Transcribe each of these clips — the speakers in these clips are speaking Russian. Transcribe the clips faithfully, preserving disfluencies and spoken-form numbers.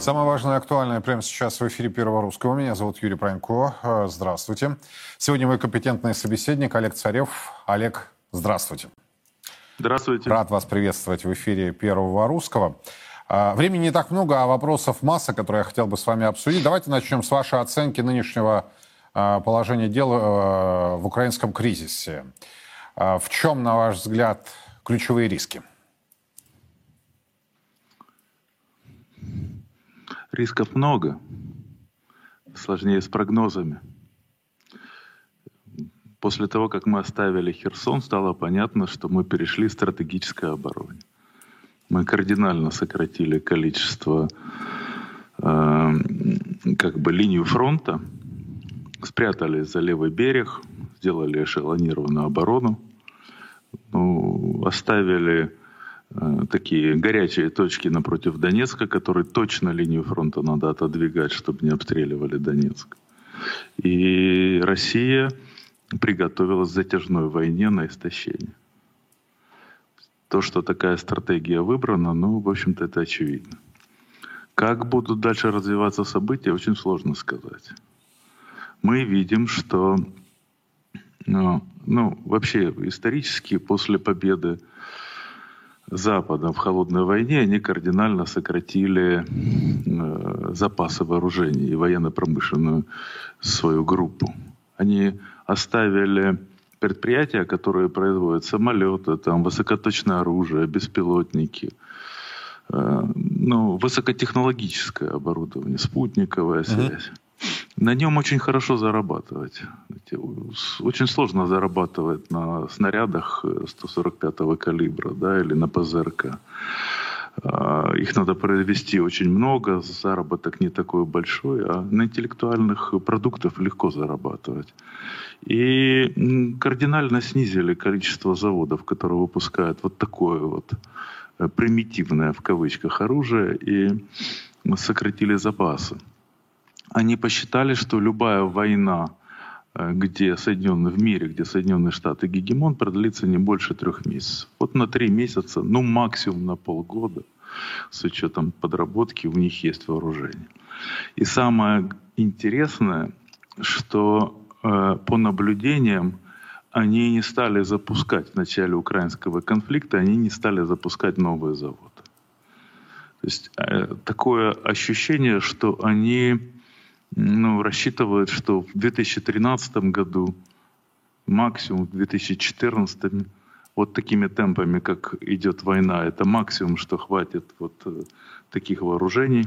Самое важное и актуальное прямо сейчас в эфире Первого Русского. Меня зовут Юрий Пронько. Здравствуйте. Сегодня мой компетентный собеседник Олег Царев. Олег, здравствуйте. Здравствуйте. Рад вас приветствовать в эфире Первого Русского. Времени не так много, а вопросов масса, которые я хотел бы с вами обсудить. Давайте начнем с вашей оценки нынешнего положения дел в украинском кризисе. В чем, на ваш взгляд, ключевые риски? Рисков много. Сложнее с прогнозами. После того, как мы оставили Херсон, стало понятно, что мы перешли в стратегическое обороне. Мы кардинально сократили количество, э, как бы, линию фронта, спрятались за левый берег, сделали эшелонированную оборону, ну, оставили э, такие горячие точки напротив Донецка, которые точно линию фронта надо отодвигать, чтобы не обстреливали Донецк. И Россия приготовилась к затяжной войне на истощение. То, что такая стратегия выбрана, ну, в общем-то, это очевидно. Как будут дальше развиваться события, очень сложно сказать. Мы видим, что, ну, ну вообще исторически после победы Запада в холодной войне они кардинально сократили э, запасы вооружений и военно-промышленную свою группу. Они оставили предприятия, которые производят самолеты, там, высокоточное оружие, беспилотники, э, ну, высокотехнологическое оборудование, спутниковая связь. Uh-huh. На нем очень хорошо зарабатывать. Очень сложно зарабатывать на снарядах сто сорок пятого калибра, да, или на ПЗРК. Их надо произвести очень много, заработок не такой большой, а на интеллектуальных продуктах легко зарабатывать. И кардинально снизили количество заводов, которые выпускают вот такое вот примитивное, в кавычках, оружие, и сократили запасы. Они посчитали, что любая война, где Соединенные в мире, где Соединенные Штаты гегемон, продлится не больше трех месяцев. Вот на три месяца, ну максимум на полгода, с учетом подработки, у них есть вооружение. И самое интересное, что э, по наблюдениям они не стали запускать в начале украинского конфликта, они не стали запускать новые заводы. То есть э, такое ощущение, что они Ну, рассчитывают, что в две тысячи тринадцатом году, максимум в две тысячи четырнадцатом, вот такими темпами, как идет война, это максимум, что хватит вот таких вооружений,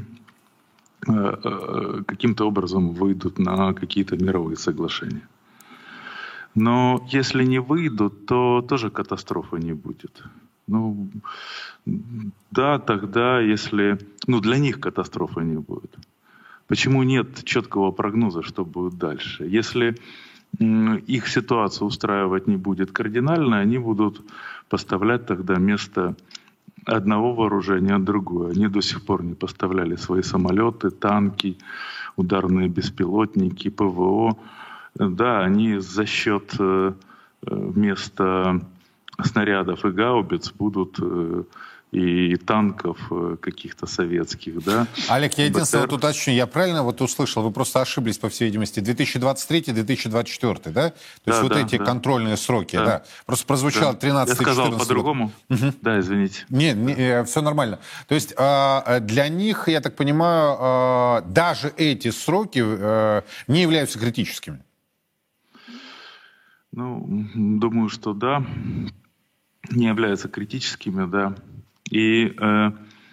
каким-то образом выйдут на какие-то мировые соглашения. Но если не выйдут, то тоже катастрофы не будет. Ну, да, тогда, если... Ну, для них катастрофы не будет. Почему нет четкого прогноза, что будет дальше? Если их ситуация устраивать не будет кардинально, они будут поставлять тогда вместо одного вооружения другое. Они до сих пор не поставляли свои самолеты, танки, ударные беспилотники, ПВО. Да, они за счет вместо снарядов и гаубиц будут... и танков каких-то советских, да. Олег, я единственное вот уточню, я правильно вот услышал, вы просто ошиблись, по всей видимости, две тысячи двадцать третий - две тысячи двадцать четвёртый, да? То да, есть вот да, эти да. контрольные сроки, да. да. Просто прозвучало да. тринадцатый - четырнадцатый. Я сказал по-другому? Угу. Да, извините. Нет, не, все нормально. То есть для них, я так понимаю, даже эти сроки не являются критическими? Ну, думаю, что да. Не являются критическими, да. И, э,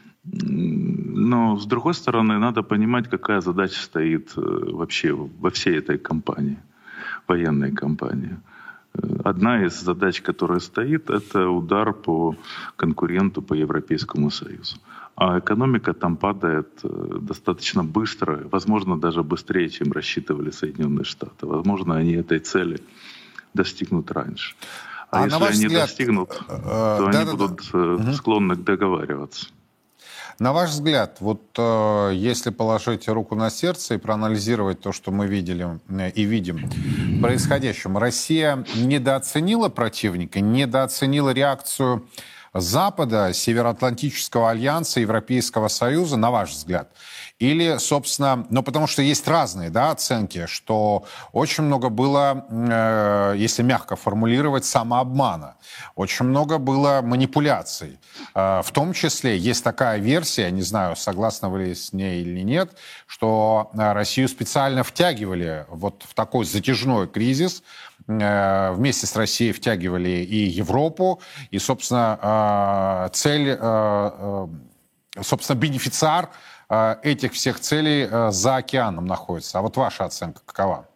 но с другой стороны, надо понимать, какая задача стоит вообще во всей этой кампании, военной кампании. Одна из задач, которая стоит, это удар по конкуренту, по Европейскому Союзу. А экономика там падает достаточно быстро, возможно, даже быстрее, чем рассчитывали Соединенные Штаты. Возможно, они этой цели достигнут раньше. А, а если они взгляд, достигнут, э, то да, они да, будут да. склонны договариваться. На ваш взгляд, вот э, если положить руку на сердце и проанализировать то, что мы видели э, и видим в происходящем, Россия недооценила противника, недооценила реакцию Запада, Североатлантического альянса, Европейского Союза, на ваш взгляд? Или, собственно, ну потому что есть разные, да, оценки, что очень много было, э, если мягко формулировать, самообмана, очень много было манипуляций. Э, в том числе есть такая версия, не знаю, согласны вы с ней или нет, что Россию специально втягивали вот в такой затяжной кризис, э, вместе с Россией втягивали и Европу, и, собственно, э, цель, э, э, собственно, бенефициар этих всех целей за океаном находится. А вот ваша оценка какова?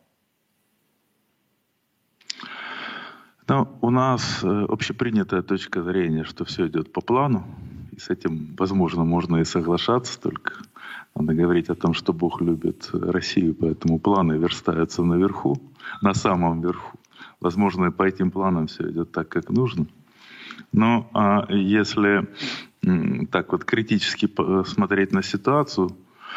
Ну, у нас общепринятая точка зрения, что все идет по плану. И с этим, возможно, можно и соглашаться, только надо говорить о том, что Бог любит Россию, поэтому планы верстаются наверху, на самом верху. Возможно, и по этим планам все идет так, как нужно. Но а если так вот критически смотреть на ситуацию,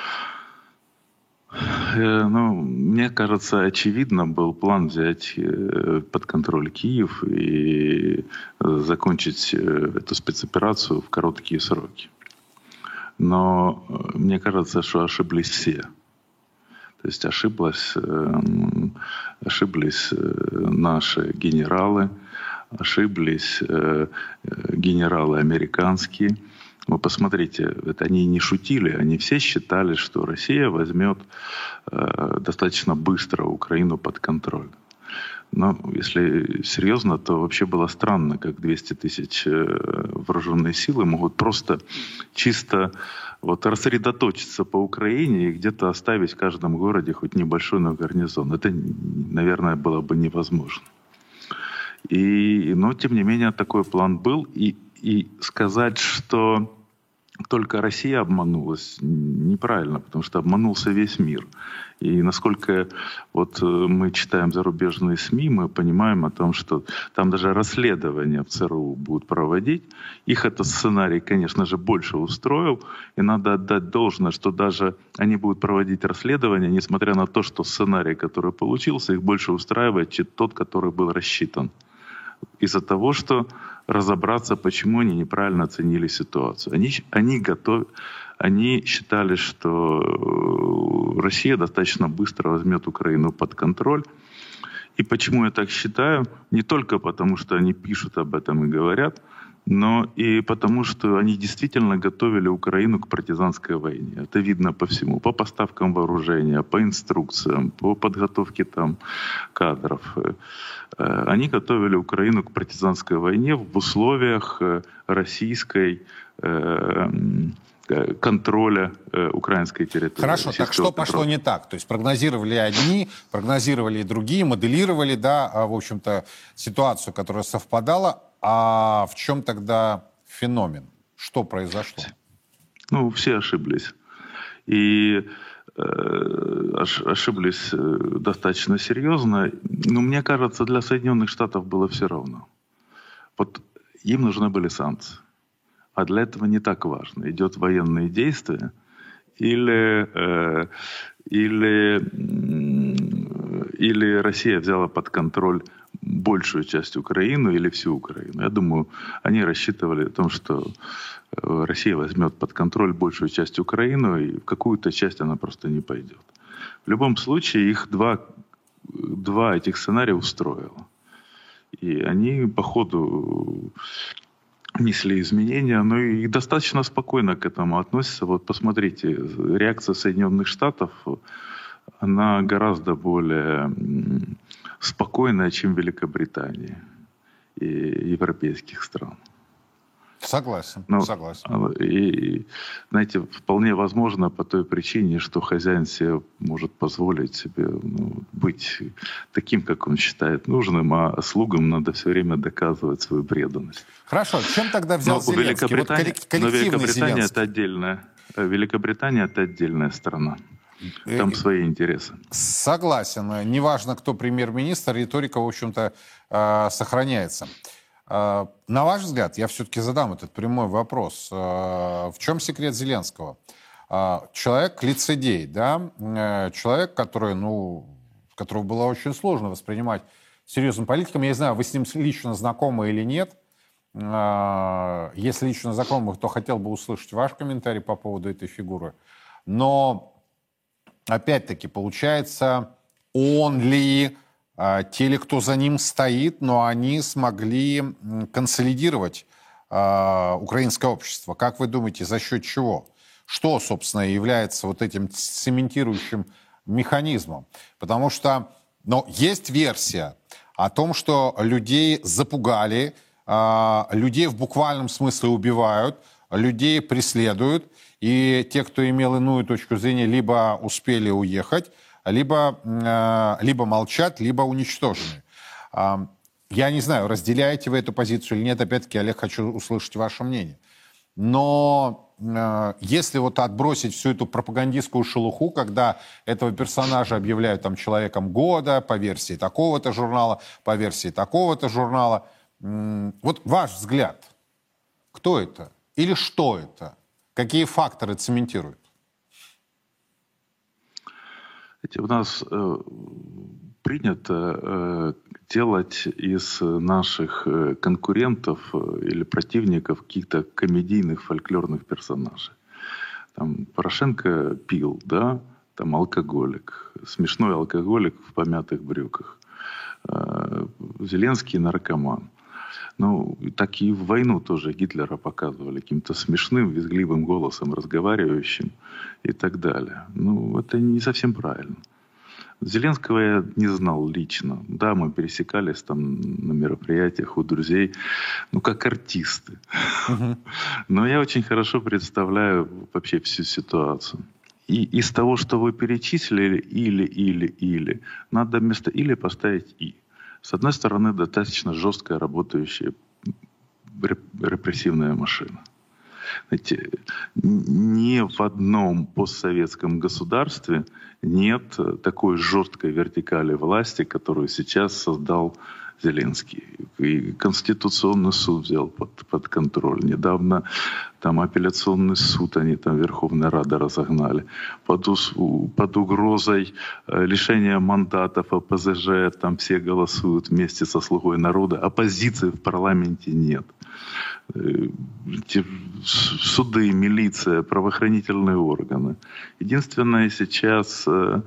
э, ну, мне кажется, очевидно был план взять под контроль Киев и закончить эту спецоперацию в короткие сроки. Но мне кажется, что ошиблись все. То есть ошиблась, ошиблись наши генералы, ошиблись э, генералы американские. Вы посмотрите, это они не шутили, они все считали, что Россия возьмет э, достаточно быстро Украину под контроль. Но если серьезно, то вообще было странно, как двести тысяч э, вооруженные силы могут просто чисто вот рассредоточиться по Украине и где-то оставить в каждом городе хоть небольшой, но гарнизон. Это, наверное, было бы невозможно. И, но, тем не менее, такой план был. И, и сказать, что только Россия обманулась, неправильно, потому что обманулся весь мир. И насколько вот мы читаем зарубежные СМИ, мы понимаем о том, что там даже расследования в ЦРУ будут проводить. Их этот сценарий, конечно же, больше устроил. И надо отдать должное, что даже они будут проводить расследования, несмотря на то, что сценарий, который получился, их больше устраивает, чем тот, который был рассчитан. Из-за того, что разобраться, почему они неправильно оценили ситуацию. Они, они, готов, они считали, что Россия достаточно быстро возьмет Украину под контроль. И почему я так считаю? Не только потому, что они пишут об этом и говорят, но и потому, что они действительно готовили Украину к партизанской войне. Это видно по всему. По поставкам вооружения, по инструкциям, по подготовке там кадров. Они готовили Украину к партизанской войне в условиях российской контроля украинской территории. Хорошо, так что контроля. Пошло не так? То есть прогнозировали одни, прогнозировали и другие, моделировали, да, в общем-то, ситуацию, которая совпадала. А в чем тогда феномен? Что произошло? Ну, все ошиблись. И э, ошиблись достаточно серьезно. Но мне кажется, для Соединенных Штатов было все равно. Вот им нужны были санкции. А для этого не так важно, идет военные действия или, э, или, или Россия взяла под контроль большую часть Украины или всю Украину. Я думаю, они рассчитывали о том, что Россия возьмет под контроль большую часть Украины, и в какую-то часть она просто не пойдет. В любом случае, их два, два этих сценария устроило. И они по ходу несли изменения, но и достаточно спокойно к этому относятся. Вот посмотрите, реакция Соединенных Штатов, она гораздо более спокойная, чем Великобритания и европейских стран. Согласен, ну, согласен. И, знаете, вполне возможно по той причине, что хозяин себе может позволить себе ну, быть таким, как он считает нужным, а слугам надо все время доказывать свою преданность. Хорошо, чем тогда взял но Зеленский? Великобритания, вот но Великобритания это отдельная, Великобритания это отдельная страна. Там свои интересы. Согласен. Неважно, кто премьер-министр, риторика, в общем-то, сохраняется. На ваш взгляд, я все-таки задам этот прямой вопрос. В чем секрет Зеленского? Человек лицедей, да? Человек, который, ну, которого было очень сложно воспринимать серьезным политиком. Я не знаю, вы с ним лично знакомы или нет. Если лично знакомых, то хотел бы услышать ваш комментарий по поводу этой фигуры. Но, опять-таки, получается, он ли, те ли, кто за ним стоит, но они смогли консолидировать украинское общество? Как вы думаете, за счет чего? Что, собственно, является вот этим цементирующим механизмом? Потому что, ну, есть версия о том, что людей запугали, людей в буквальном смысле убивают, людей преследуют, и те, кто имел иную точку зрения, либо успели уехать, либо, либо молчат, либо уничтожены. Я не знаю, разделяете вы эту позицию или нет, опять-таки, Олег, хочу услышать ваше мнение. Но если вот отбросить всю эту пропагандистскую шелуху, когда этого персонажа объявляют там человеком года по версии такого-то журнала, по версии такого-то журнала, вот ваш взгляд, кто это или что это? Какие факторы цементируют? У нас э, принято э, делать из наших конкурентов или противников каких-то комедийных фольклорных персонажей. Там Порошенко пил, да, там алкоголик, смешной алкоголик в помятых брюках. Э, Зеленский наркоман. Ну, так и в войну тоже Гитлера показывали каким-то смешным, визгливым голосом, разговаривающим и так далее. Ну, это не совсем правильно. Зеленского я не знал лично. Да, мы пересекались там на мероприятиях у друзей, ну, как артисты. Uh-huh. Но я очень хорошо представляю вообще всю ситуацию. И из того, что вы перечислили, или, или, или, надо вместо «или» поставить «и». С одной стороны, достаточно жесткая работающая репрессивная машина. Знаете, ни в одном постсоветском государстве нет такой жесткой вертикали власти, которую сейчас создал Зеленский. И Конституционный суд взял под, под контроль. Недавно там апелляционный суд, они там Верховная Рада разогнали. Под, под угрозой лишения мандатов ОПЗЖ там все голосуют вместе со слугой народа. Оппозиции в парламенте нет. Суды, милиция, правоохранительные органы. Единственное сейчас...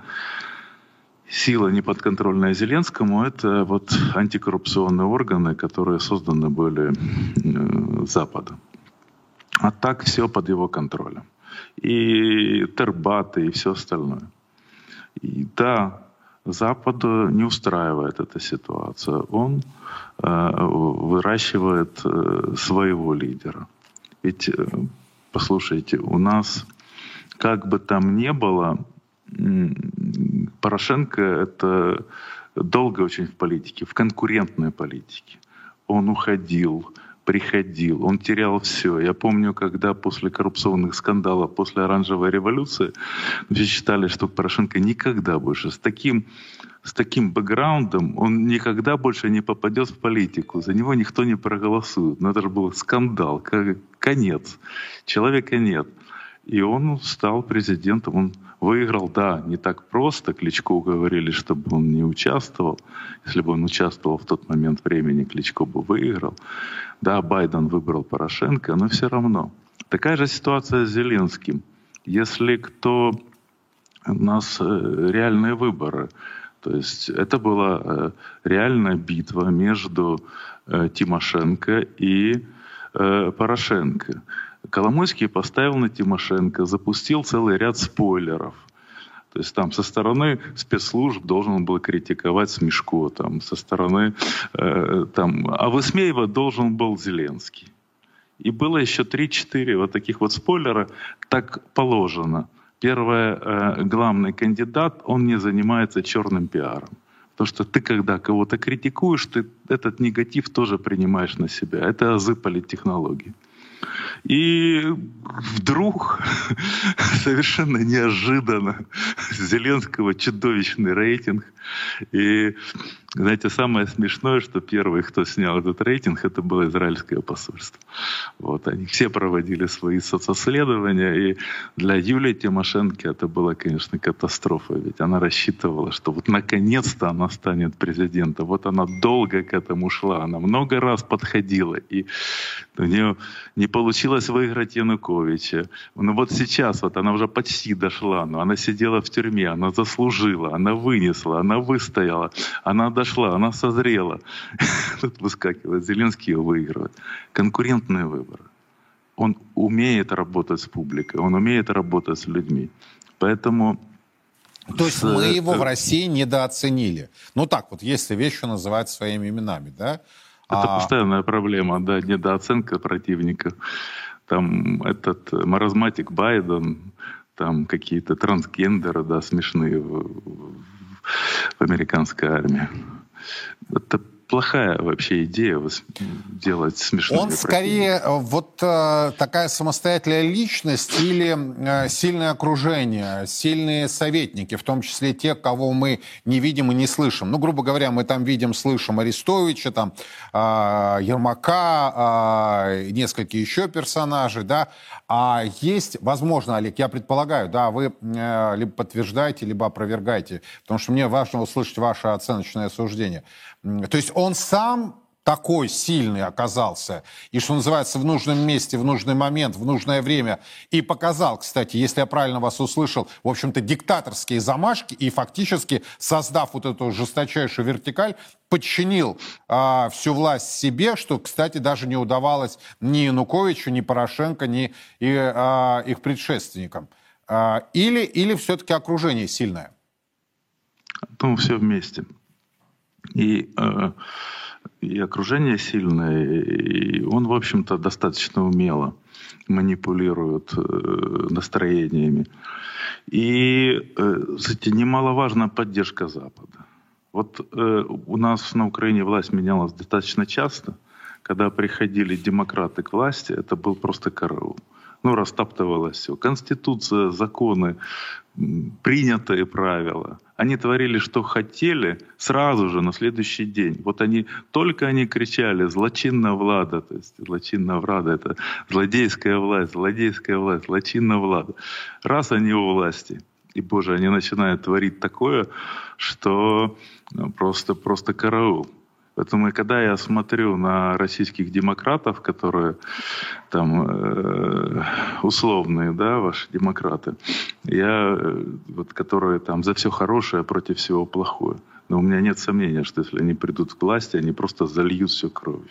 Сила, неподконтрольная Зеленскому, это вот антикоррупционные органы, которые созданы были э, Западом. А так все под его контролем. И тербаты, и все остальное. И да, Западу не устраивает эта ситуация. Он э, выращивает э, своего лидера. Ведь, э, послушайте, у нас, как бы там ни было, Порошенко — это долго очень в политике, в конкурентной политике. Он уходил, приходил, он терял все. Я помню, когда после коррупционных скандалов, после оранжевой революции, все считали, что Порошенко никогда больше с таким, с таким бэкграундом, он никогда больше не попадет в политику. За него никто не проголосует. Но это же был скандал, конец. Человека нет. И он стал президентом, он выиграл, да, не так просто. Кличко уговорили, чтобы он не участвовал. Если бы он участвовал в тот момент времени, Кличко бы выиграл. Да, Байден выбрал Порошенко, но все равно. Такая же ситуация с Зеленским. Если кто... У нас реальные выборы. То есть это была реальная битва между Тимошенко и Порошенко. Коломойский поставил на Тимошенко, запустил целый ряд спойлеров. То есть там со стороны спецслужб должен был критиковать Смешко, там, со стороны... Э, там, а высмеивать должен был Зеленский. И было еще три-четыре вот таких вот спойлера. Так положено. Первое, э, главный кандидат, он не занимается черным пиаром. Потому что ты, когда кого-то критикуешь, ты этот негатив тоже принимаешь на себя. Это азы политтехнологии. И вдруг, совершенно неожиданно, Зеленского чудовищный рейтинг. И, знаете, самое смешное, что первый, кто снял этот рейтинг, это было израильское посольство. Вот, они все проводили свои социсследования, и для Юлии Тимошенко это была, конечно, катастрофа, ведь она рассчитывала, что вот наконец-то она станет президентом. Вот она долго к этому шла, она много раз подходила, и у нее не получилось выиграть Януковича. Но вот сейчас вот она уже почти дошла, но она сидела в тюрьме, она заслужила, она вынесла, она выстояла, она дошла, она созрела. Тут выскакивает Зеленский и выигрывает. Конкурентные выборы. Он умеет работать с публикой, он умеет работать с людьми. Поэтому... То есть мы его в России недооценили. Ну так вот, если вещи называть своими именами, да? Это а... постоянная проблема, да, недооценка противника. Там этот маразматик Байден, там какие-то трансгендеры, да, смешные в, в американской армии. Это плохая вообще идея делать смешные. Он скорее вот э, такая самостоятельная личность или э, сильное окружение, сильные советники, в том числе те, кого мы не видим и не слышим. Ну, грубо говоря, мы там видим, слышим Арестовича, там, э, Ермака, э, несколько еще персонажей, да. А есть, возможно, Олег, я предполагаю, да, вы э, либо подтверждаете, либо опровергаете, потому что мне важно услышать ваше оценочное суждение. То есть он сам такой сильный оказался, и, что называется, в нужном месте, в нужный момент, в нужное время, и показал, кстати, если я правильно вас услышал, в общем-то, диктаторские замашки, и фактически, создав вот эту жесточайшую вертикаль, подчинил а, всю власть себе, что, кстати, даже не удавалось ни Януковичу, ни Порошенко, ни и, а, их предшественникам. А, или, или все-таки окружение сильное? Ну, все вместе. И, э, и окружение сильное, и он, в общем-то, достаточно умело манипулирует э, настроениями. И, э, кстати, немаловажна поддержка Запада. Вот э, у нас на Украине власть менялась достаточно часто. Когда приходили демократы к власти, это был просто караул. Ну, растаптывалось все. Конституция, законы, принятые правила. Они творили, что хотели, сразу же, на следующий день. Вот они, только они кричали «злочинна влада», то есть «злочинна влада» — это злодейская власть, злодейская власть, злочинна влада. Раз они у власти, и, боже, они начинают творить такое, что ну, просто, просто караул. Поэтому, когда я смотрю на российских демократов, которые там э, условные, да, ваши демократы, я, вот, которые там за все хорошее против всего плохое. Но у меня нет сомнения, что если они придут к власти, они просто зальют все кровью.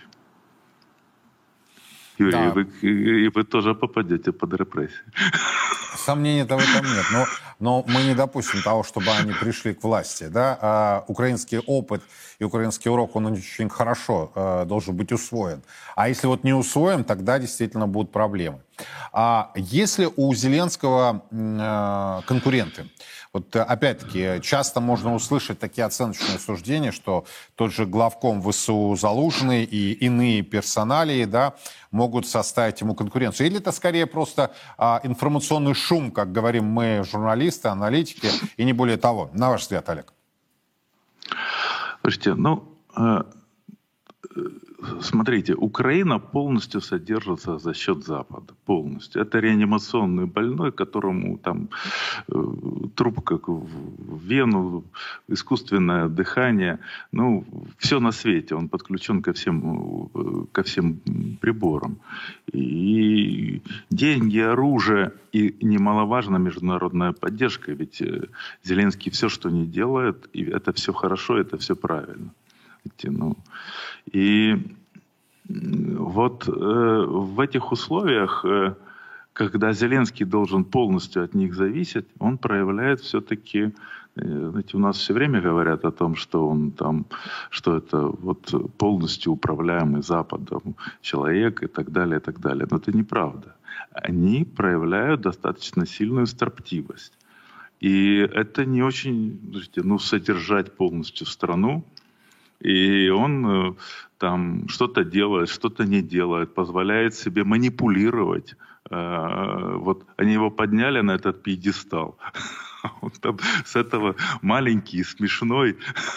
Юрий, да. и, вы, и, и вы тоже попадете под репрессии. Сомнений-то в этом нет. Но, но мы не допустим того, чтобы они пришли к власти. Да? А украинский опыт и украинский урок, он очень хорошо а, должен быть усвоен. А если вот не усвоен, тогда действительно будут проблемы. А если у Зеленского а, конкуренты? Вот опять-таки, часто можно услышать такие оценочные суждения, что тот же главком ВСУ Залужный и иные персоналии, да, могут составить ему конкуренцию. Или это скорее просто а, информационный шум, как говорим мы, журналисты, аналитики, и не более того. На ваш взгляд, Олег? Слушайте, ну, э, смотрите, Украина полностью содержится за счет Запада. Полностью. Это реанимационный больной, которому там э, труп как в, в вену, искусственное дыхание. Ну, все на свете. Он подключен ко всем, ко всем приборам. И деньги, оружие и немаловажно международная поддержка. Ведь Зеленский все, что не делает, и это все хорошо, это все правильно. Ну, и вот э, в этих условиях, э, когда Зеленский должен полностью от них зависеть, он проявляет все-таки, э, знаете, у нас все время говорят о том, что он там, что это вот полностью управляемый Западом человек и так далее, и так далее. Но это неправда. Они проявляют достаточно сильную строптивость. И это не очень, ну, содержать полностью страну. И он там что-то делает, что-то не делает, позволяет себе манипулировать. Вот они его подняли на этот пьедестал. Он там с этого маленький, смешной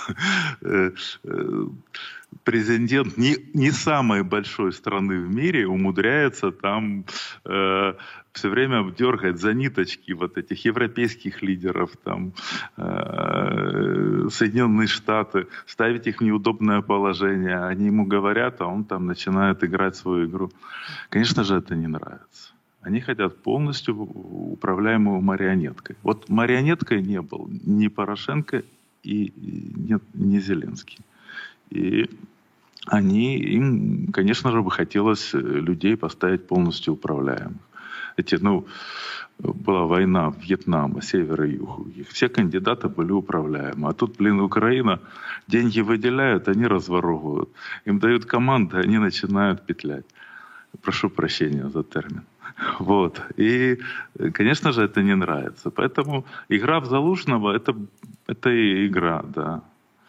президент не, не самой большой страны в мире умудряется там э, все время дергать за ниточки вот этих европейских лидеров, там, э, Соединенные Штаты, ставить их в неудобное положение. Они ему говорят, а он там начинает играть свою игру. Конечно же, это не нравится. Они хотят полностью управляемую марионеткой. Вот марионеткой не был ни Порошенко и нет, не Зеленский. И они, им, конечно же, бы хотелось людей поставить полностью управляемых. Эти, ну, была война Вьетнама, север и юг. Все кандидаты были управляемы. А тут, блин, Украина, деньги выделяют, они разворовывают. Им дают команды, они начинают петлять. Прошу прощения за термин. Вот. И, конечно же, это не нравится. Поэтому игра в Залужного это, — это и игра, да.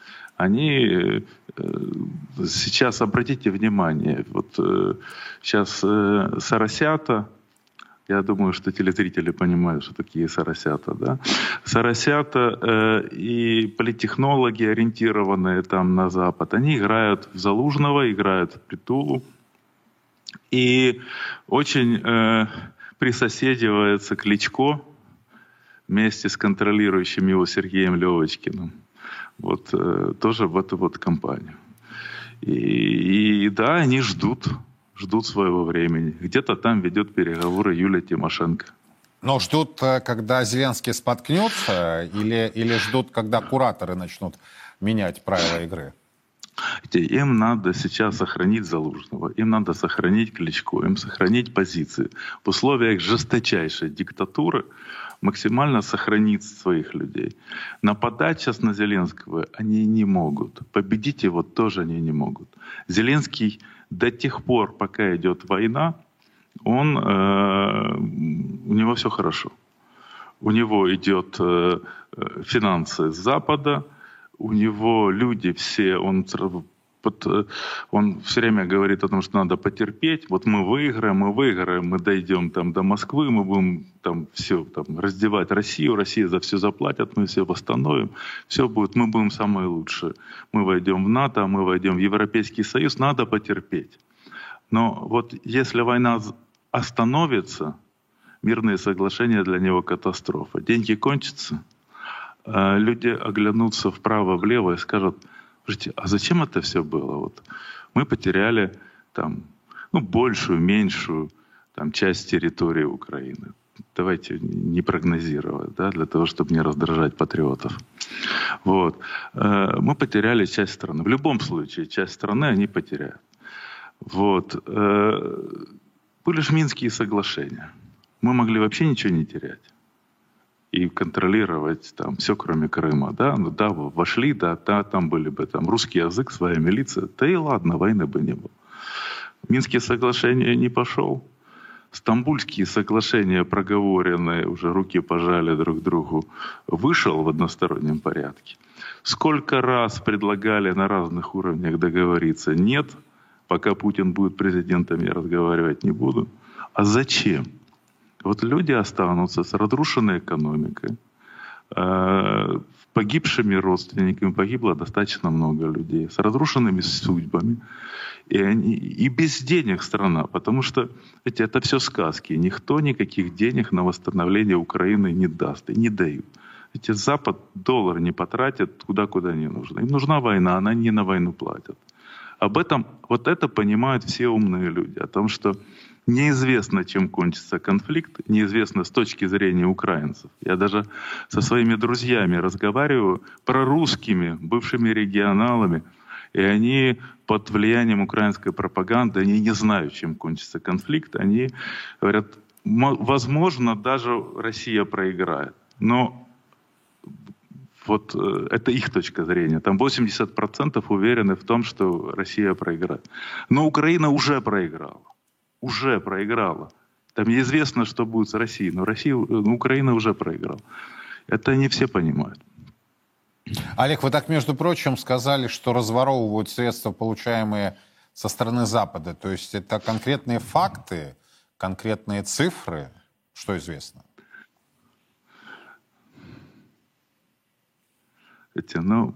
Они сейчас, обратите внимание, вот сейчас соросята, я думаю, что телезрители понимают, что такие соросята, да, соросята и политтехнологи, ориентированные там на Запад, они играют в Залужного, играют в Притулу и очень э, присоседивается Кличко вместе с контролирующим его Сергеем Левочкиным. Вот э, тоже в эту вот компанию. И, и да, они ждут, ждут своего времени. Где-то там ведет переговоры Юлия Тимошенко. Но ждут, когда Зеленский споткнется, или, или ждут, когда кураторы начнут менять правила игры? Им надо сейчас сохранить Залужного, им надо сохранить Кличко, им сохранить позиции. В условиях жесточайшей диктатуры максимально сохранить своих людей. Нападать сейчас на Зеленского они не могут. Победить его тоже они не могут. Зеленский до тех пор, пока идет война, он, э, у него все хорошо. У него идет э, финансы с Запада, у него люди все, он, он все время говорит о том, что надо потерпеть. Вот мы выиграем, мы выиграем, мы дойдем там до Москвы, мы будем там все там, раздевать Россию, Россия за все заплатит, мы все восстановим, все будет, мы будем самые лучшие. Мы войдем в НАТО, мы войдем в Европейский Союз, надо потерпеть. Но вот если война остановится, мирные соглашения для него катастрофа. Деньги кончатся. Люди оглянутся вправо-влево и скажут: слушайте, а зачем это все было? Вот мы потеряли там, ну, большую, меньшую там, часть территории Украины. Давайте не прогнозировать, да, для того, чтобы не раздражать патриотов. Вот. Мы потеряли часть страны. В любом случае, часть страны они потеряют. Вот. Были же Минские соглашения. Мы могли вообще ничего не терять и контролировать там все, кроме Крыма, да, ну да, вошли, да, да, там были бы там русский язык, своя милиция, да и ладно, войны бы не было. Минские соглашения не пошел. Стамбульские соглашения, проговоренные, уже руки пожали друг другу, вышел в одностороннем порядке. Сколько раз предлагали на разных уровнях договориться? Нет, пока Путин будет президентом, я разговаривать не буду. А зачем? Вот люди останутся с разрушенной экономикой, э, погибшими родственниками, погибло достаточно много людей, с разрушенными судьбами. И, они, и без денег страна, потому что эти, это все сказки. Никто никаких денег на восстановление Украины не даст и не дают. Эти Запад доллар не потратит туда, куда не нужно. Им нужна война, она не на войну платят. Об этом, вот это понимают все умные люди, о том, что неизвестно, чем кончится конфликт, неизвестно с точки зрения украинцев. Я даже со своими друзьями разговариваю, прорусскими, бывшими регионалами, и они под влиянием украинской пропаганды, они не знают, чем кончится конфликт. Они говорят, возможно, даже Россия проиграет. Но вот это их точка зрения. Там восемьдесят процентов уверены в том, что Россия проиграет. Но Украина уже проиграла. Уже проиграла. Там неизвестно, что будет с Россией, но Россия, Украина уже проиграла. Это не все понимают. Олег, вы так, между прочим, сказали, что разворовывают средства, получаемые со стороны Запада. То есть это конкретные факты, конкретные цифры? Что известно? Эти, ну,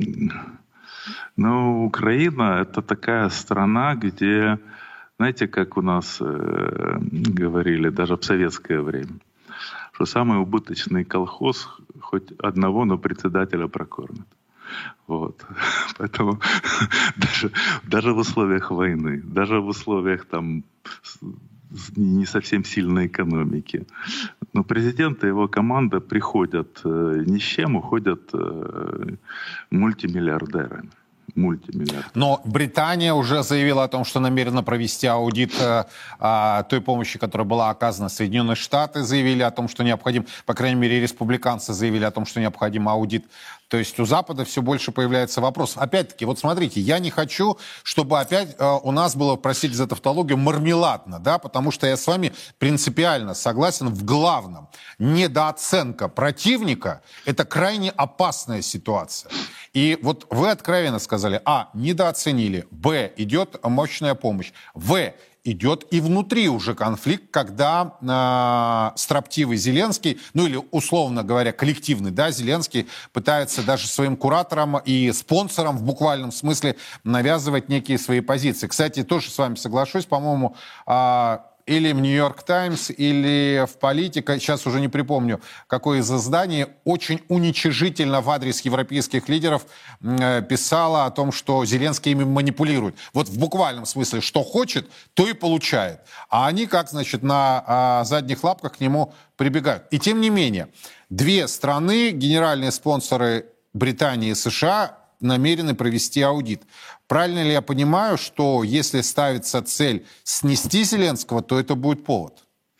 ну, Украина — это такая страна, где, знаете, как у нас э, говорили даже в советское время, что самый убыточный колхоз хоть одного, но председателя прокормит. Вот. Поэтому даже, даже в условиях войны, даже в условиях там не совсем сильной экономики, но президент и его команда приходят э, ни с чем, уходят э, мультимиллиардерами. Мультимиллиард. Но Британия уже заявила о том, что намерена провести аудит э, э, той помощи, которая была оказана. Соединенные Штаты заявили о том, что необходим, по крайней мере, республиканцы заявили о том, что необходим аудит. То есть у Запада все больше появляется вопросов. Опять-таки, вот смотрите, я не хочу, чтобы опять э, у нас было, простите за тавтологию, мармеладно, да, потому что я с вами принципиально согласен в главном. Недооценка противника – это крайне опасная ситуация. И вот вы откровенно сказали, а, недооценили, б, идет мощная помощь, в, идет и внутри уже конфликт, когда э, строптивый Зеленский, ну или, условно говоря, коллективный, да, Зеленский пытается даже своим кураторам и спонсорам в буквальном смысле навязывать некие свои позиции. Кстати, тоже с вами соглашусь, по-моему, э, или в «Нью-Йорк Таймс», или в «Политика», сейчас уже не припомню, какое из изданий, очень уничижительно в адрес европейских лидеров э, писало о том, что Зеленский ими манипулирует. Вот в буквальном смысле, что хочет, то и получает. А они, как, значит, на э, задних лапках к нему прибегают. И тем не менее, две страны, генеральные спонсоры Британии и США, намерены провести аудит. Правильно ли я понимаю, что если ставится цель снести Зеленского, то это будет повод?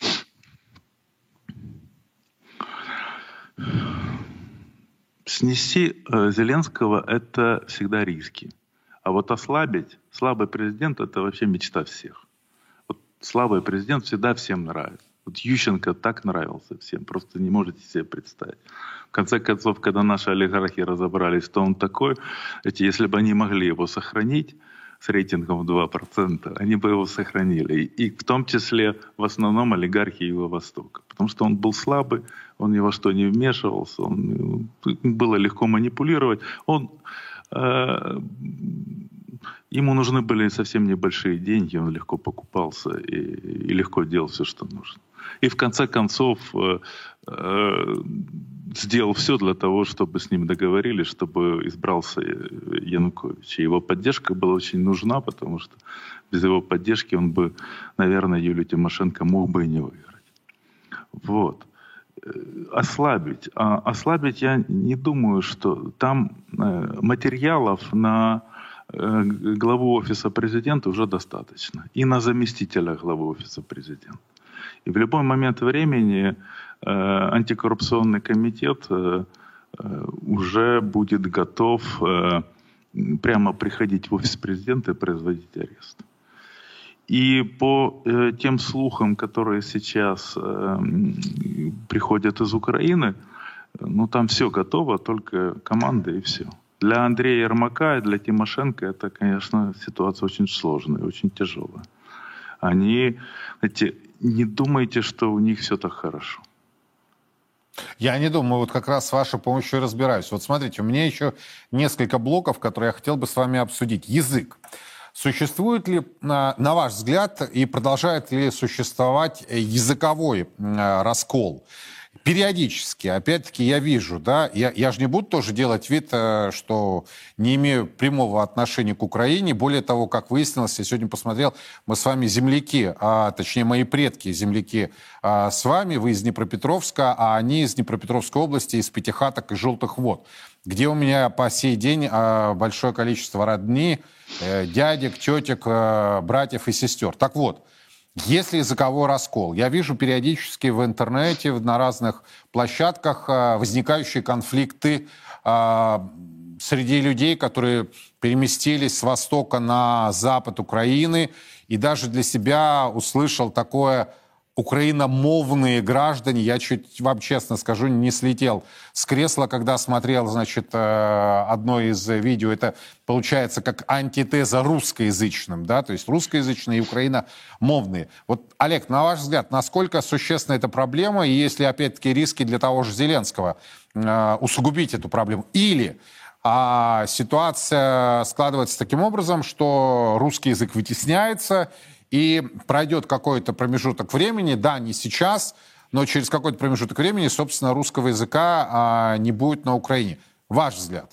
Снести э, Зеленского — это всегда риски. А вот ослабить, слабый президент — это вообще мечта всех. Вот слабый президент всегда всем нравится. Вот Ющенко так нравился всем, просто не можете себе представить. В конце концов, когда наши олигархи разобрались, кто он такой, эти, если бы они могли его сохранить с рейтингом в два процента, они бы его сохранили. И, и в том числе, в основном, олигархи Юго-Востока. Потому что он был слабый, он ни во что не вмешивался, он, было легко манипулировать. Он... Э, Ему нужны были совсем небольшие деньги, он легко покупался и, и легко делал все, что нужно. И в конце концов э, э, сделал все для того, чтобы с ним договорились, чтобы избрался Янукович. И его поддержка была очень нужна, потому что без его поддержки он бы, наверное, Юлию Тимошенко мог бы и не выиграть. Вот. Ослабить. А ослабить я не думаю, что там э, материалов на главу офиса президента уже достаточно. И на заместителя главы офиса президента. И в любой момент времени э, антикоррупционный комитет э, уже будет готов э, прямо приходить в офис президента и производить арест. И по э, тем слухам, которые сейчас э, приходят из Украины, ну там все готово, только команда и все. Для Андрея Ермака и для Тимошенко это, конечно, ситуация очень сложная, очень тяжелая. Они, знаете, не думайте, что у них все так хорошо. Я не думаю, вот как раз с вашей помощью разбираюсь. Вот смотрите, у меня еще несколько блоков, которые я хотел бы с вами обсудить. Язык. Существует ли, на ваш взгляд, и продолжает ли существовать языковой раскол? Периодически, опять-таки, я вижу, да, я, я же не буду тоже делать вид, что не имею прямого отношения к Украине. Более того, как выяснилось, я сегодня посмотрел, мы с вами земляки, а точнее мои предки земляки а, с вами, вы из Днепропетровска, а они из Днепропетровской области, из Пятихаток и Желтых Вод, где у меня по сей день а, большое количество родни, э, дядек, тетек, э, братьев и сестер. Так вот, если языковой раскол, я вижу периодически в интернете, на разных площадках возникающие конфликты среди людей, которые переместились с востока на запад Украины, и даже для себя услышал такое украиномовные граждане. Я чуть вам честно скажу, не слетел с кресла, когда смотрел, значит, одно из видео. Это получается как антитеза русскоязычным, да, то есть русскоязычные и украиномовные. Вот, Олег, на ваш взгляд, насколько существенна эта проблема, и есть ли, опять-таки, риски для того же Зеленского э, усугубить эту проблему? Или а, ситуация складывается таким образом, что русский язык вытесняется, и пройдет какой-то промежуток времени, да, не сейчас, но через какой-то промежуток времени, собственно, русского языка а, не будет на Украине. Ваш взгляд?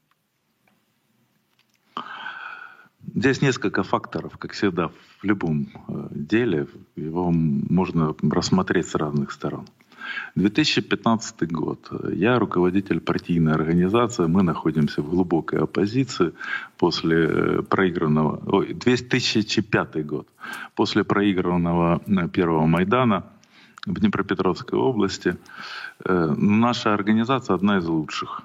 Здесь несколько факторов, как всегда, в любом деле. Его можно рассмотреть с разных сторон. две тысячи пятнадцатый год. Я руководитель партийной организации. Мы находимся в глубокой оппозиции после проигранного... Ой, две тысячи пятый год. После проигранного первого Майдана в Днепропетровской области. Наша организация одна из лучших.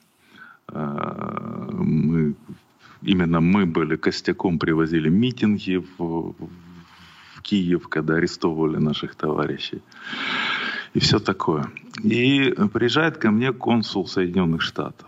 Мы... Именно мы были костяком, привозили митинги в, в Киев, когда арестовывали наших товарищей. И все такое. И приезжает ко мне консул Соединенных Штатов.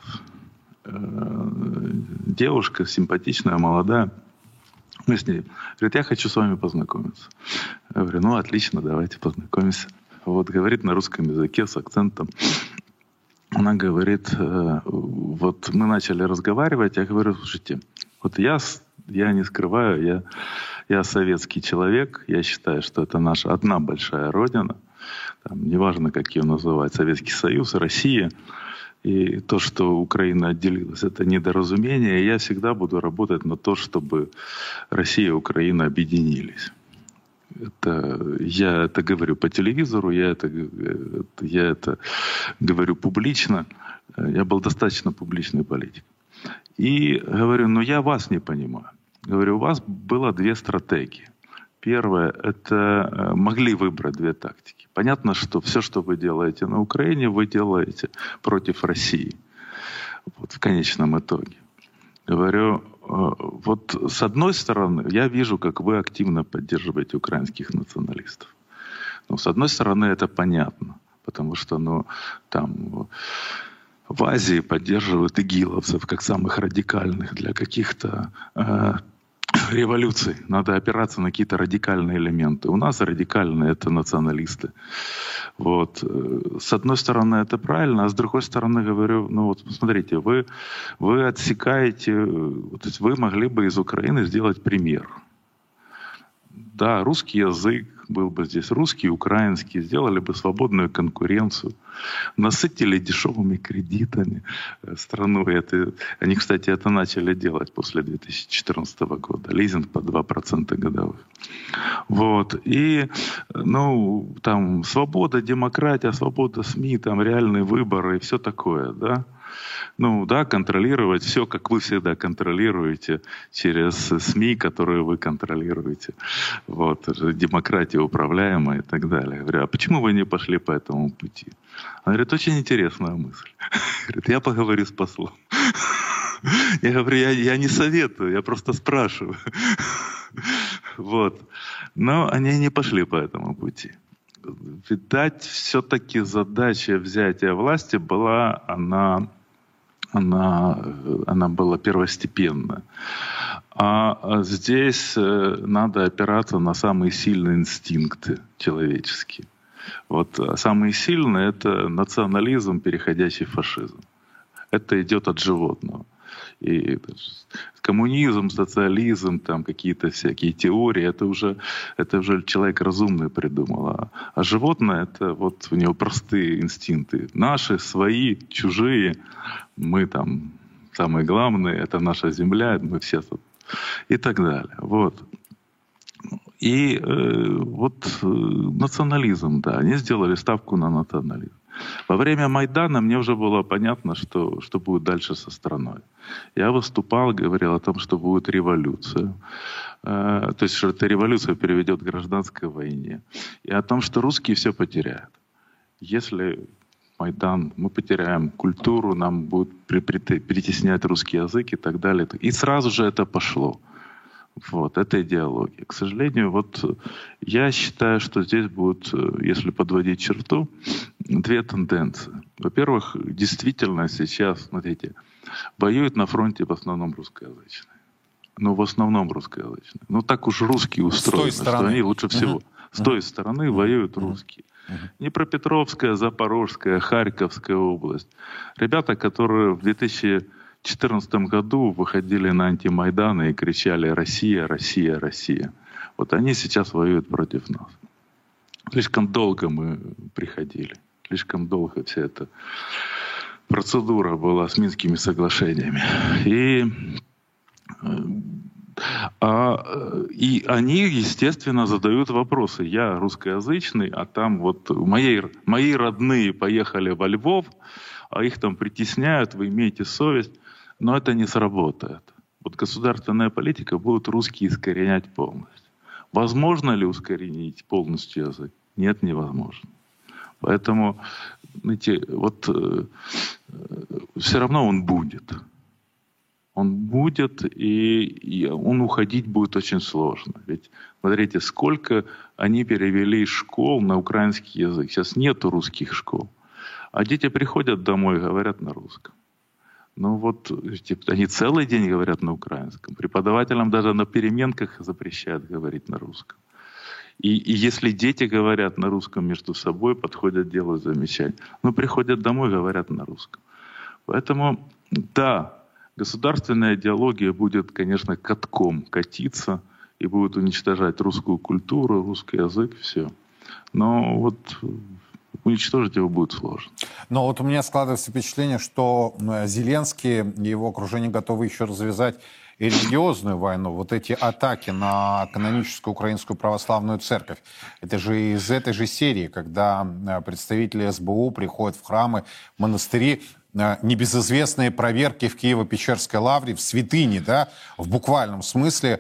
Девушка симпатичная, молодая. Мы с ней. Говорит, я хочу с вами познакомиться. Я говорю, ну отлично, давайте познакомимся. Вот говорит на русском языке с акцентом. Она говорит, вот мы начали разговаривать, я говорю, слушайте, вот я, я не скрываю, я, я советский человек, я считаю, что это наша одна большая родина, там, неважно, как ее называть, Советский Союз, Россия, и то, что Украина отделилась, это недоразумение, и я всегда буду работать на то, чтобы Россия и Украина объединились. Это, я это говорю по телевизору, я это, я это говорю публично. Я был достаточно публичный политик. И говорю, но я вас не понимаю. Говорю, у вас было две стратегии. Первое, это могли выбрать две тактики. Понятно, что все, что вы делаете на Украине, вы делаете против России. Вот в конечном итоге. Говорю, вот с одной стороны, я вижу, как вы активно поддерживаете украинских националистов. Но с одной стороны, это понятно, потому что ну, там, в Азии поддерживают игиловцев как самых радикальных для каких-то э, революций. Надо опираться на какие-то радикальные элементы. У нас радикальные — это националисты. Вот. С одной стороны, это правильно, а с другой стороны, говорю, ну вот, смотрите, вы, вы отсекаете, то есть вы могли бы из Украины сделать пример. Да, русский язык был бы здесь, русский, украинский, сделали бы свободную конкуренцию, насытили дешевыми кредитами страну. Это, они, кстати, это начали делать после две тысячи четырнадцатого года. Лизинг по два процента годовых. Вот. И, ну, там, свобода, демократия, свобода СМИ, там, реальные выборы и все такое, да. Ну да, контролировать все, как вы всегда контролируете, через СМИ, которые вы контролируете. Вот, демократия управляемая и так далее. Я говорю, а почему вы не пошли по этому пути? Он говорит, очень интересная мысль. Говорит, я поговорю с послом. Я говорю, я, я не советую, я просто спрашиваю. Вот. Но они не пошли по этому пути. Видать, все-таки задача взятия власти была, она... Она, она была первостепенна. А здесь надо опираться на самые сильные инстинкты человеческие. Вот самые сильные — это национализм, переходящий в фашизм. Это идет от животного. И коммунизм, социализм, там какие-то всякие теории, это уже, это уже человек разумный придумал. А, а животное — это вот у него простые инстинкты. Наши, свои, чужие. Мы там самые главные, это наша земля, мы все тут. И так далее. Вот. И э, вот э, национализм, да, они сделали ставку на национализм. Во время Майдана мне уже было понятно, что, что будет дальше со страной. Я выступал, говорил о том, что будет революция. Э, то есть, что эта революция приведет к гражданской войне. И о том, что русские все потеряют. Если Майдан, мы потеряем культуру, нам будут при, при, притеснять русский язык и так далее. И сразу же это пошло. Вот, это идеология. К сожалению, вот я считаю, что здесь будут, если подводить черту, две тенденции. Во-первых, действительно сейчас, смотрите, воюют на фронте в основном русскоязычные. Ну, в основном русскоязычные. Ну, так уж русские устроены, что они лучше всего. Uh-huh. С той uh-huh. стороны uh-huh. воюют русские. Uh-huh. Днепропетровская, Запорожская, Харьковская область. Ребята, которые в две тысячи В две тысячи четырнадцатом году выходили на антимайданы и кричали «Россия, Россия, Россия». Вот они сейчас воюют против нас. Слишком долго мы приходили. Слишком долго вся эта процедура была с Минскими соглашениями. И, а, и они, естественно, задают вопросы. Я русскоязычный, а там вот мои, мои родные поехали во Львов, а их там притесняют, вы имеете совесть. Но это не сработает. Вот государственная политика будет русский искоренять полностью. Возможно ли ускоренить полностью язык? Нет, невозможно. Поэтому, знаете, вот э, все равно он будет. Он будет, и, и он уходить будет очень сложно. Ведь, смотрите, сколько они перевели из школ на украинский язык. Сейчас нету русских школ. А дети приходят домой и говорят на русском. Ну вот, типа, они целый день говорят на украинском. Преподавателям даже на переменках запрещают говорить на русском. И, и если дети говорят на русском между собой, подходят, делают замечания. Но приходят домой, говорят на русском. Поэтому, да, государственная идеология будет, конечно, катком катиться и будет уничтожать русскую культуру, русский язык, все. Но вот уничтожить его будет сложно. Но вот у меня складывается впечатление, что Зеленский и его окружение готовы еще развязать и религиозную войну. Вот эти атаки на каноническую украинскую православную церковь. Это же из этой же серии, когда представители эс бэ у приходят в храмы, монастыри, небезызвестные проверки в Киево-Печерской лавре, в святыне, да, в буквальном смысле,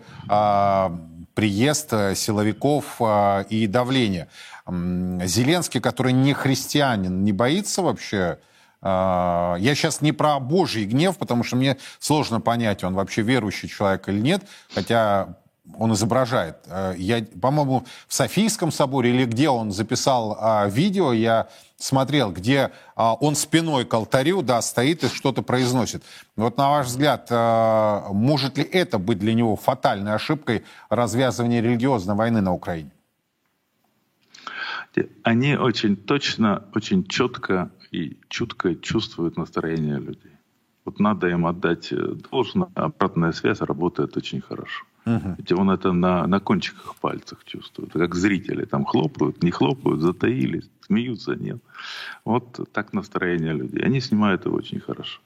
приезд силовиков и давление. Зеленский, который не христианин, не боится вообще? Я сейчас не про Божий гнев, потому что мне сложно понять, он вообще верующий человек или нет, хотя он изображает. Я, по-моему, в Софийском соборе или где он записал видео, я смотрел, где он спиной к алтарю, да, стоит и что-то произносит. Вот на ваш взгляд, может ли это быть для него фатальной ошибкой развязывания религиозной войны на Украине? Они очень точно, очень четко и чутко чувствуют настроение людей. Вот надо им отдать должное, обратная связь работает очень хорошо. Uh-huh. Ведь он это на, на кончиках пальцев чувствует. Как зрители там хлопают, не хлопают, затаились, смеются, нет. Вот так настроение людей. Они снимают его очень хорошо.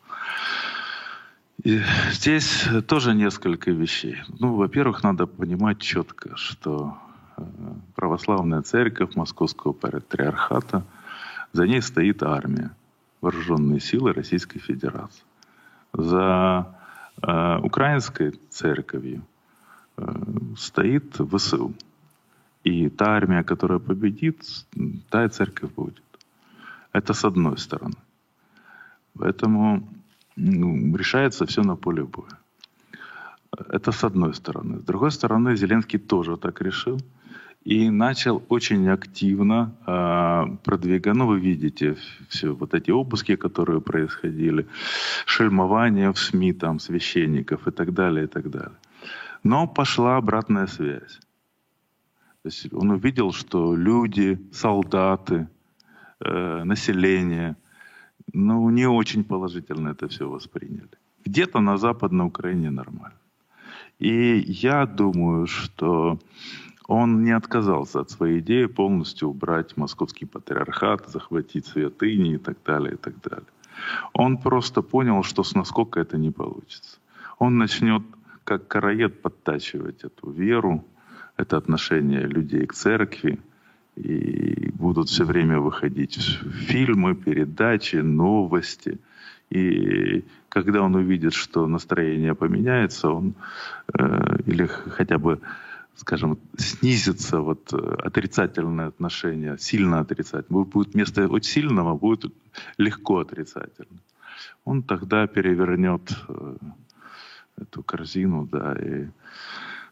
И здесь тоже несколько вещей. Ну, во-первых, надо понимать четко, что православная церковь Московского патриархата, за ней стоит армия, вооруженные силы Российской Федерации. За э, украинской церковью э, стоит вэ эс у. И та армия, которая победит, та и церковь будет. Это с одной стороны. Поэтому ну, решается все на поле боя. Это с одной стороны. С другой стороны, Зеленский тоже так решил. И начал очень активно э, продвигать, ну вы видите, все вот эти обыски, которые происходили, шельмование в СМИ там, священников и так далее, и так далее. Но пошла обратная связь. То есть он увидел, что люди, солдаты, э, население, ну не очень положительно это все восприняли. Где-то на Западной Украине нормально. И я думаю, что он не отказался от своей идеи полностью убрать московский патриархат, захватить святыни и так далее, и так далее. Он просто понял, что насколько это не получится. Он начнет, как короед, подтачивать эту веру, это отношение людей к церкви, и будут все время выходить фильмы, передачи, новости. И когда он увидит, что настроение поменяется, он э, или хотя бы, скажем, снизится вот отрицательное отношение, сильно отрицательное, будет вместо очень сильного будет легко отрицательно. Он тогда перевернет э, эту корзину, да, и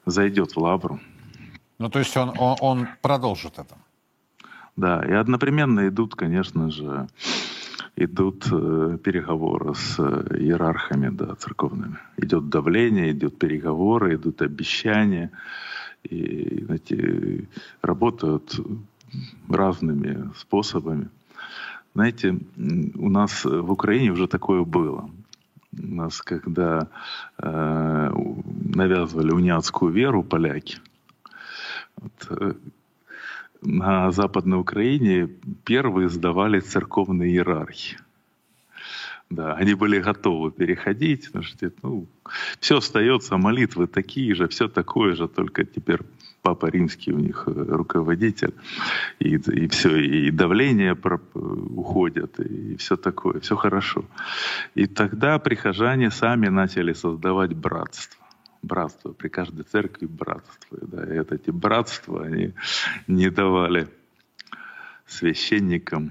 зайдет в Лавру. Ну, то есть он, он, он продолжит это. Да, и одновременно идут, конечно же, идут э, переговоры с э, иерархами, да, церковными. Идет давление, идут переговоры, идут обещания. И, знаете, работают разными способами. Знаете, у нас в Украине уже такое было. У нас, когда э, навязывали униатскую веру поляки, вот, э, на Западной Украине первые сдавали церковные иерархи. Да, они были готовы переходить, потому что ну, все остается, молитвы такие же, все такое же, только теперь Папа Римский у них руководитель, и, и все, и давление уходит, и все такое, все хорошо. И тогда прихожане сами начали создавать братство. Братство, при каждой церкви братство. Да, и вот эти братства, они не давали священникам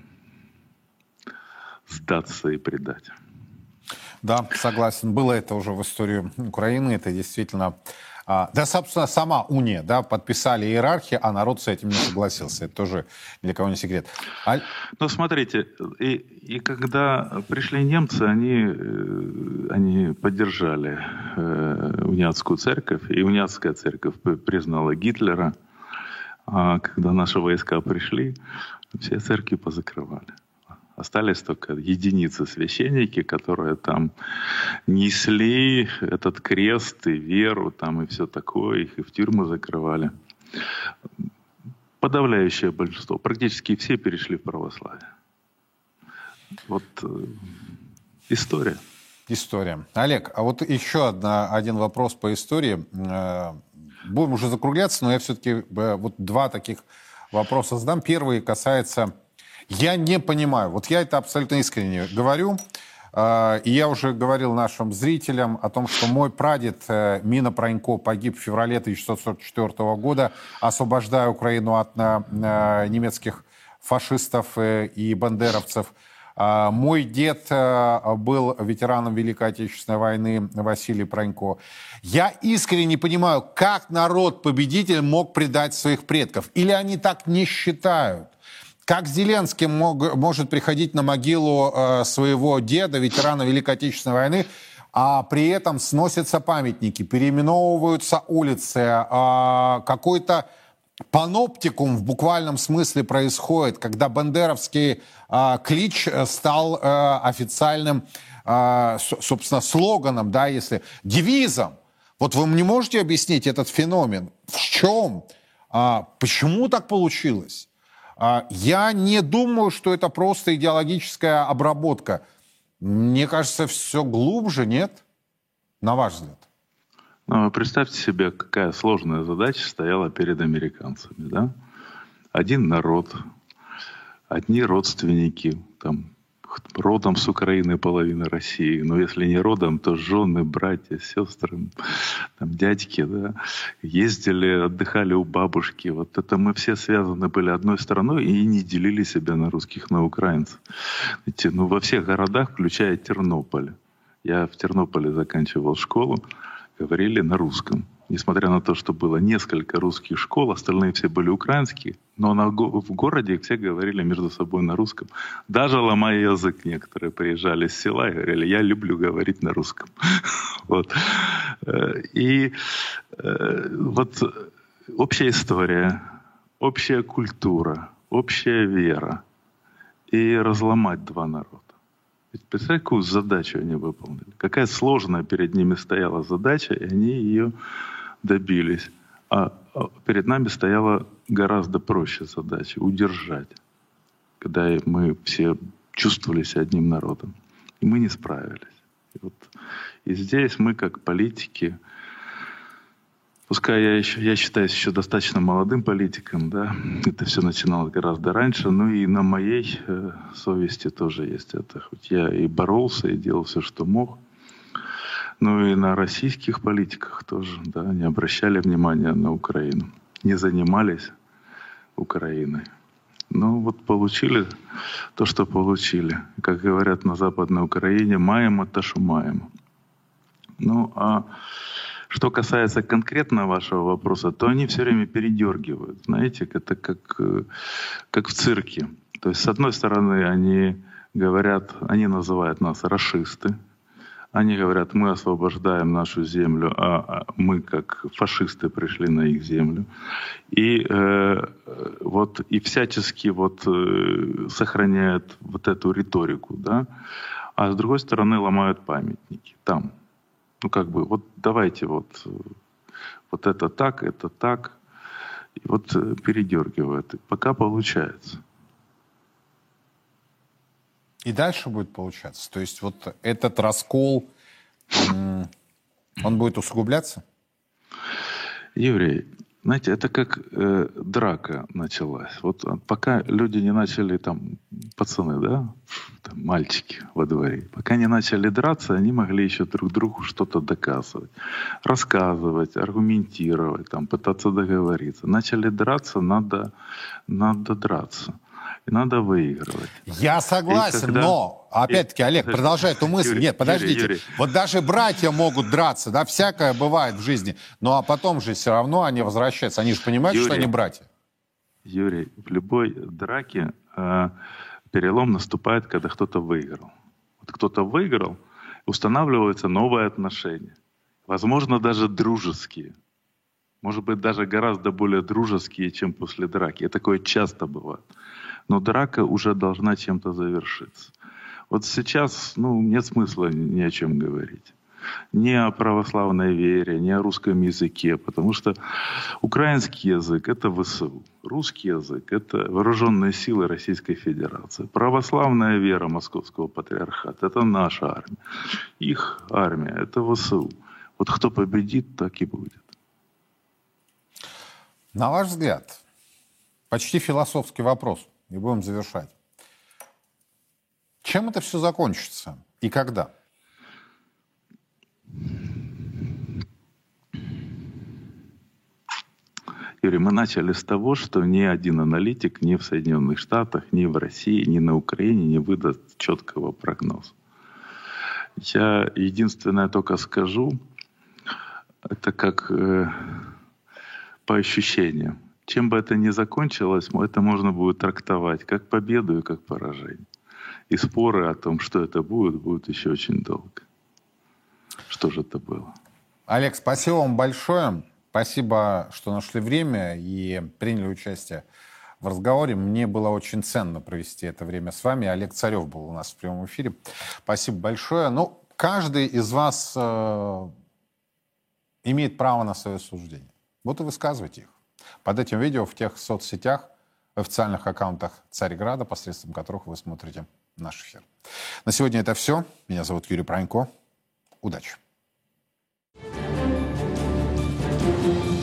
сдаться и предать. Да, согласен. Было это уже в истории Украины. Это действительно... А, да, собственно, сама уния, да, подписали иерархи, а народ с этим не согласился. Это тоже для кого не секрет. А... Ну, смотрите, и, и когда пришли немцы, они, они поддержали э, униатскую церковь, и униатская церковь признала Гитлера. А когда наши войска пришли, все церкви позакрывали. Остались только единицы священники, которые там несли этот крест и веру, там и все такое, их и в тюрьму закрывали. Подавляющее большинство, практически все перешли в православие. Вот э, история. История. Олег, а вот еще одна, один вопрос по истории. Будем уже закругляться, но я все-таки вот два таких вопроса задам. Первый касается... Я не понимаю, вот я это абсолютно искренне говорю, э, и я уже говорил нашим зрителям о том, что мой прадед э, Мина Пронько погиб в феврале тысяча девятьсот сорок четвёртого года, освобождая Украину от э, э, немецких фашистов э, и бандеровцев. Э, мой дед э, был ветераном Великой Отечественной войны Василий Пронько. Я искренне не понимаю, как народ-победитель мог предать своих предков, или они так не считают. Как Зеленский мог, может приходить на могилу э, своего деда, ветерана Великой Отечественной войны, а при этом сносятся памятники, переименовываются улицы, э, какой-то паноптикум в буквальном смысле происходит, когда бандеровский э, клич стал э, официальным, э, собственно, слоганом, да, если девизом. Вот вы мне можете объяснить этот феномен? В чем? Э, почему так получилось? Я не думаю, что это просто идеологическая обработка. Мне кажется, все глубже, нет? На ваш взгляд. Ну, представьте себе, какая сложная задача стояла перед американцами. Да? Один народ, одни родственники, там, родом с Украины половина России, но если не родом, то жены, братья, сестры, там, дядьки, да, ездили, отдыхали у бабушки. Вот это мы все связаны были одной страной и не делили себя на русских, на украинцев. Видите, ну, во всех городах, включая Тернополь. Я в Тернополе заканчивал школу, говорили на русском. Несмотря на то, что было несколько русских школ, остальные все были украинские, но на, в городе все говорили между собой на русском. Даже ломая язык, некоторые приезжали с села и говорили, я люблю говорить на русском. Вот. И вот общая история, общая культура, общая вера и разломать два народа. Представляете, какую задачу они выполнили? Какая сложная перед ними стояла задача, и они ее добились. А перед нами стояла гораздо проще задача — удержать, когда мы все чувствовали себя одним народом. И мы не справились. И, вот, и здесь мы, как политики, пускай я, еще, я считаюсь еще достаточно молодым политиком, да, это все начиналось гораздо раньше, но и на моей э, совести тоже есть это. Хоть я и боролся, и делал все, что мог, но и на российских политиках тоже, да, не обращали внимания на Украину, не занимались Украиной. Ну вот получили то, что получили. Как говорят на Западной Украине, маем это, что маем. Ну а Что касается конкретно вашего вопроса, то они все время передергивают. Знаете, это как, как в цирке. То есть, с одной стороны, они говорят, они называют нас рашисты. Они говорят, мы освобождаем нашу землю, а мы, как фашисты, пришли на их землю. И, э, вот, и всячески вот, э, сохраняют вот эту риторику. Да? А с другой стороны, ломают памятники там. Ну, как бы, вот давайте вот, вот это так, это так. И вот передергивают. И пока получается. И дальше будет получаться. То есть вот этот раскол, он будет усугубляться? Юрий, знаете, это как э, драка началась. Вот пока люди не начали, там, пацаны, да, там, мальчики во дворе, пока не начали драться, они могли еще друг другу что-то доказывать, рассказывать, аргументировать, там, пытаться договориться. Начали драться, надо, надо драться. И надо выигрывать. Я согласен, когда... но, опять-таки, Олег, продолжай эту мысль. Юрий, Нет, подождите. Юрий, Юрий. Вот даже братья могут драться, да, всякое бывает в жизни. Ну, а потом же все равно они возвращаются. Они же понимают, Юрий, что они братья. Юрий, в любой драке э, перелом наступает, когда кто-то выиграл. Вот кто-то выиграл, устанавливаются новые отношения. Возможно, даже дружеские. Может быть, даже гораздо более дружеские, чем после драки. И такое часто бывает. Но драка уже должна чем-то завершиться. Вот сейчас, ну, нет смысла ни о чем говорить. Ни о православной вере, ни о русском языке, потому что украинский язык — это ВСУ, русский язык — это вооруженные силы Российской Федерации. Православная вера Московского патриархата — это наша армия. Их армия — это ВСУ. Вот кто победит, так и будет. На ваш взгляд, почти философский вопрос, и будем завершать. Чем это все закончится и когда? Юрий, мы начали с того, что ни один аналитик ни в Соединенных Штатах, ни в России, ни на Украине не выдаст четкого прогноза. Я единственное только скажу, это как э, по ощущениям. Чем бы это ни закончилось, это можно будет трактовать как победу и как поражение. И споры о том, что это будет, будут еще очень долго. Что же это было? Олег, спасибо вам большое. Спасибо, что нашли время и приняли участие в разговоре. Мне было очень ценно провести это время с вами. Олег Царев был у нас в прямом эфире. Спасибо большое. Ну, каждый из вас э, имеет право на свое суждение. Вот и высказывайте их. Под этим видео в тех соцсетях, в официальных аккаунтах Царьграда, посредством которых вы смотрите наш эфир. На сегодня это все. Меня зовут Юрий Пронько. Удачи! Thank you.